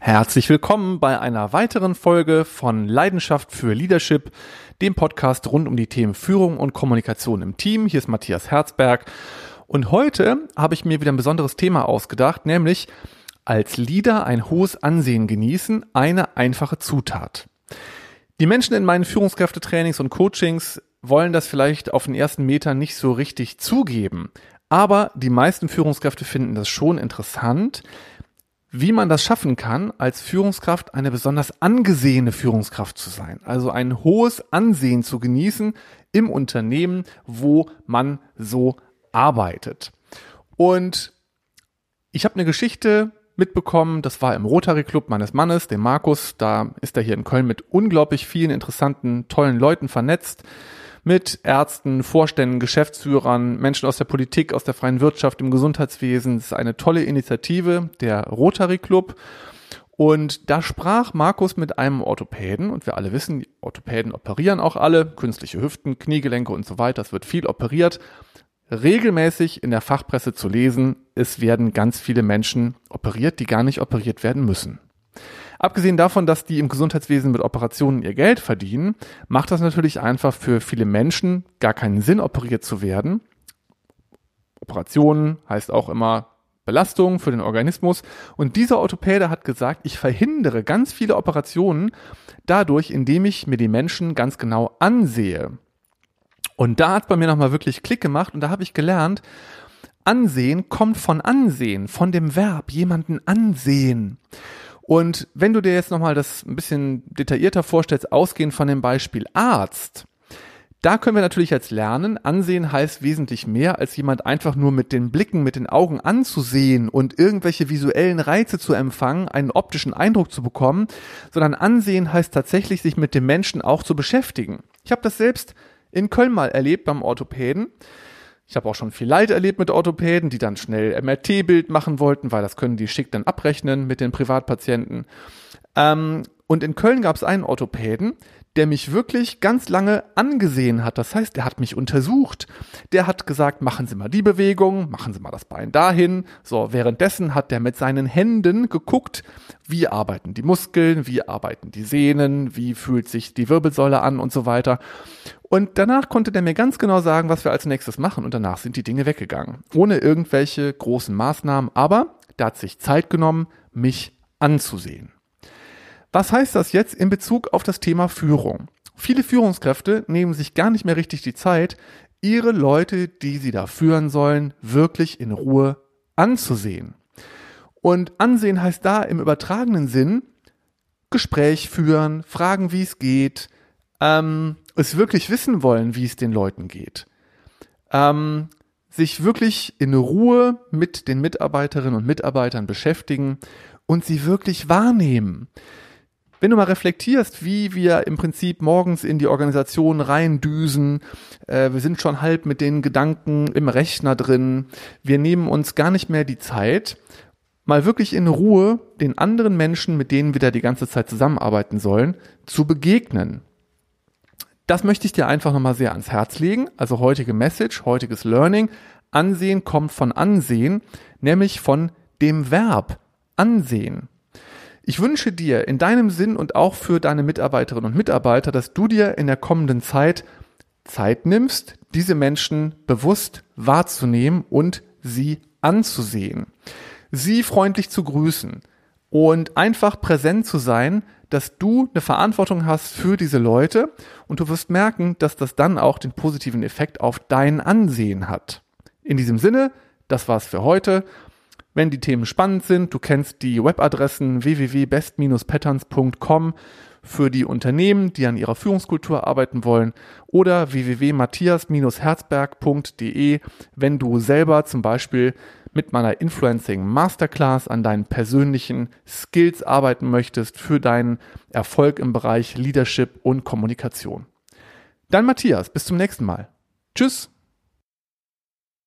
Herzlich willkommen bei einer weiteren Folge von Leidenschaft für Leadership, dem Podcast rund um die Themen Führung und Kommunikation im Team. Hier ist Matthias Herzberg und heute habe ich mir wieder ein besonderes Thema ausgedacht, nämlich als Leader ein hohes Ansehen genießen, eine einfache Zutat. Die Menschen in meinen Führungskräftetrainings und Coachings wollen das vielleicht auf den ersten Metern nicht so richtig zugeben, aber die meisten Führungskräfte finden das schon interessant, wie man das schaffen kann, als Führungskraft eine besonders angesehene Führungskraft zu sein. Also ein hohes Ansehen zu genießen im Unternehmen, wo man so arbeitet. Und ich habe eine Geschichte mitbekommen, das war im Rotary Club meines Mannes, dem Markus. Da ist er hier in Köln mit unglaublich vielen interessanten, tollen Leuten vernetzt. Mit Ärzten, Vorständen, Geschäftsführern, Menschen aus der Politik, aus der freien Wirtschaft, im Gesundheitswesen. Das ist eine tolle Initiative, der Rotary Club. Und da sprach Markus mit einem Orthopäden. Und wir alle wissen, die Orthopäden operieren auch alle. Künstliche Hüften, Kniegelenke und so weiter. Es wird viel operiert. Regelmäßig in der Fachpresse zu lesen, es werden ganz viele Menschen operiert, die gar nicht operiert werden müssen. Abgesehen davon, dass die im Gesundheitswesen mit Operationen ihr Geld verdienen, macht das natürlich einfach für viele Menschen gar keinen Sinn, operiert zu werden. Operationen heißt auch immer Belastung für den Organismus. Und dieser Orthopäde hat gesagt, ich verhindere ganz viele Operationen dadurch, indem ich mir die Menschen ganz genau ansehe. Und da hat es bei mir nochmal wirklich Klick gemacht und da habe ich gelernt, Ansehen kommt von Ansehen, von dem Verb, jemanden ansehen. Und wenn du dir jetzt nochmal das ein bisschen detaillierter vorstellst, ausgehend von dem Beispiel Arzt, da können wir natürlich jetzt lernen, Ansehen heißt wesentlich mehr, als jemand einfach nur mit den Blicken, mit den Augen anzusehen und irgendwelche visuellen Reize zu empfangen, einen optischen Eindruck zu bekommen, sondern Ansehen heißt tatsächlich, sich mit dem Menschen auch zu beschäftigen. Ich habe das selbst in Köln mal erlebt beim Orthopäden. Ich habe auch schon viel Leid erlebt mit Orthopäden, die dann schnell MRT-Bild machen wollten, weil das können die schick dann abrechnen mit den Privatpatienten. Und in Köln gab es einen Orthopäden, der mich wirklich ganz lange angesehen hat. Das heißt, der hat mich untersucht. Der hat gesagt, machen Sie mal die Bewegung, machen Sie mal das Bein dahin. So, währenddessen hat der mit seinen Händen geguckt, wie arbeiten die Muskeln, wie arbeiten die Sehnen, wie fühlt sich die Wirbelsäule an und so weiter. Und danach konnte der mir ganz genau sagen, was wir als nächstes machen. Und danach sind die Dinge weggegangen. Ohne irgendwelche großen Maßnahmen. Aber der hat sich Zeit genommen, mich anzusehen. Was heißt das jetzt in Bezug auf das Thema Führung? Viele Führungskräfte nehmen sich gar nicht mehr richtig die Zeit, ihre Leute, die sie da führen sollen, wirklich in Ruhe anzusehen. Und ansehen heißt da im übertragenen Sinn Gespräch führen, fragen, wie es geht, es wirklich wissen wollen, wie es den Leuten geht. Sich wirklich in Ruhe mit den Mitarbeiterinnen und Mitarbeitern beschäftigen und sie wirklich wahrnehmen. Wenn du mal reflektierst, wie wir im Prinzip morgens in die Organisation reindüsen, wir sind schon halb mit den Gedanken im Rechner drin, wir nehmen uns gar nicht mehr die Zeit, mal wirklich in Ruhe den anderen Menschen, mit denen wir da die ganze Zeit zusammenarbeiten sollen, zu begegnen. Das möchte ich dir einfach nochmal sehr ans Herz legen, also heutige Message, heutiges Learning. Ansehen kommt von Ansehen, nämlich von dem Verb ansehen. Ich wünsche dir in deinem Sinn und auch für deine Mitarbeiterinnen und Mitarbeiter, dass du dir in der kommenden Zeit nimmst, diese Menschen bewusst wahrzunehmen und sie anzusehen. Sie freundlich zu grüßen und einfach präsent zu sein, dass du eine Verantwortung hast für diese Leute und du wirst merken, dass das dann auch den positiven Effekt auf dein Ansehen hat. In diesem Sinne, das war's für heute. Wenn die Themen spannend sind, du kennst die Webadressen www.best-patterns.com für die Unternehmen, die an ihrer Führungskultur arbeiten wollen oder www.matthias-herzberg.de, wenn du selber zum Beispiel mit meiner Influencing Masterclass an deinen persönlichen Skills arbeiten möchtest für deinen Erfolg im Bereich Leadership und Kommunikation. Dann Matthias, bis zum nächsten Mal. Tschüss!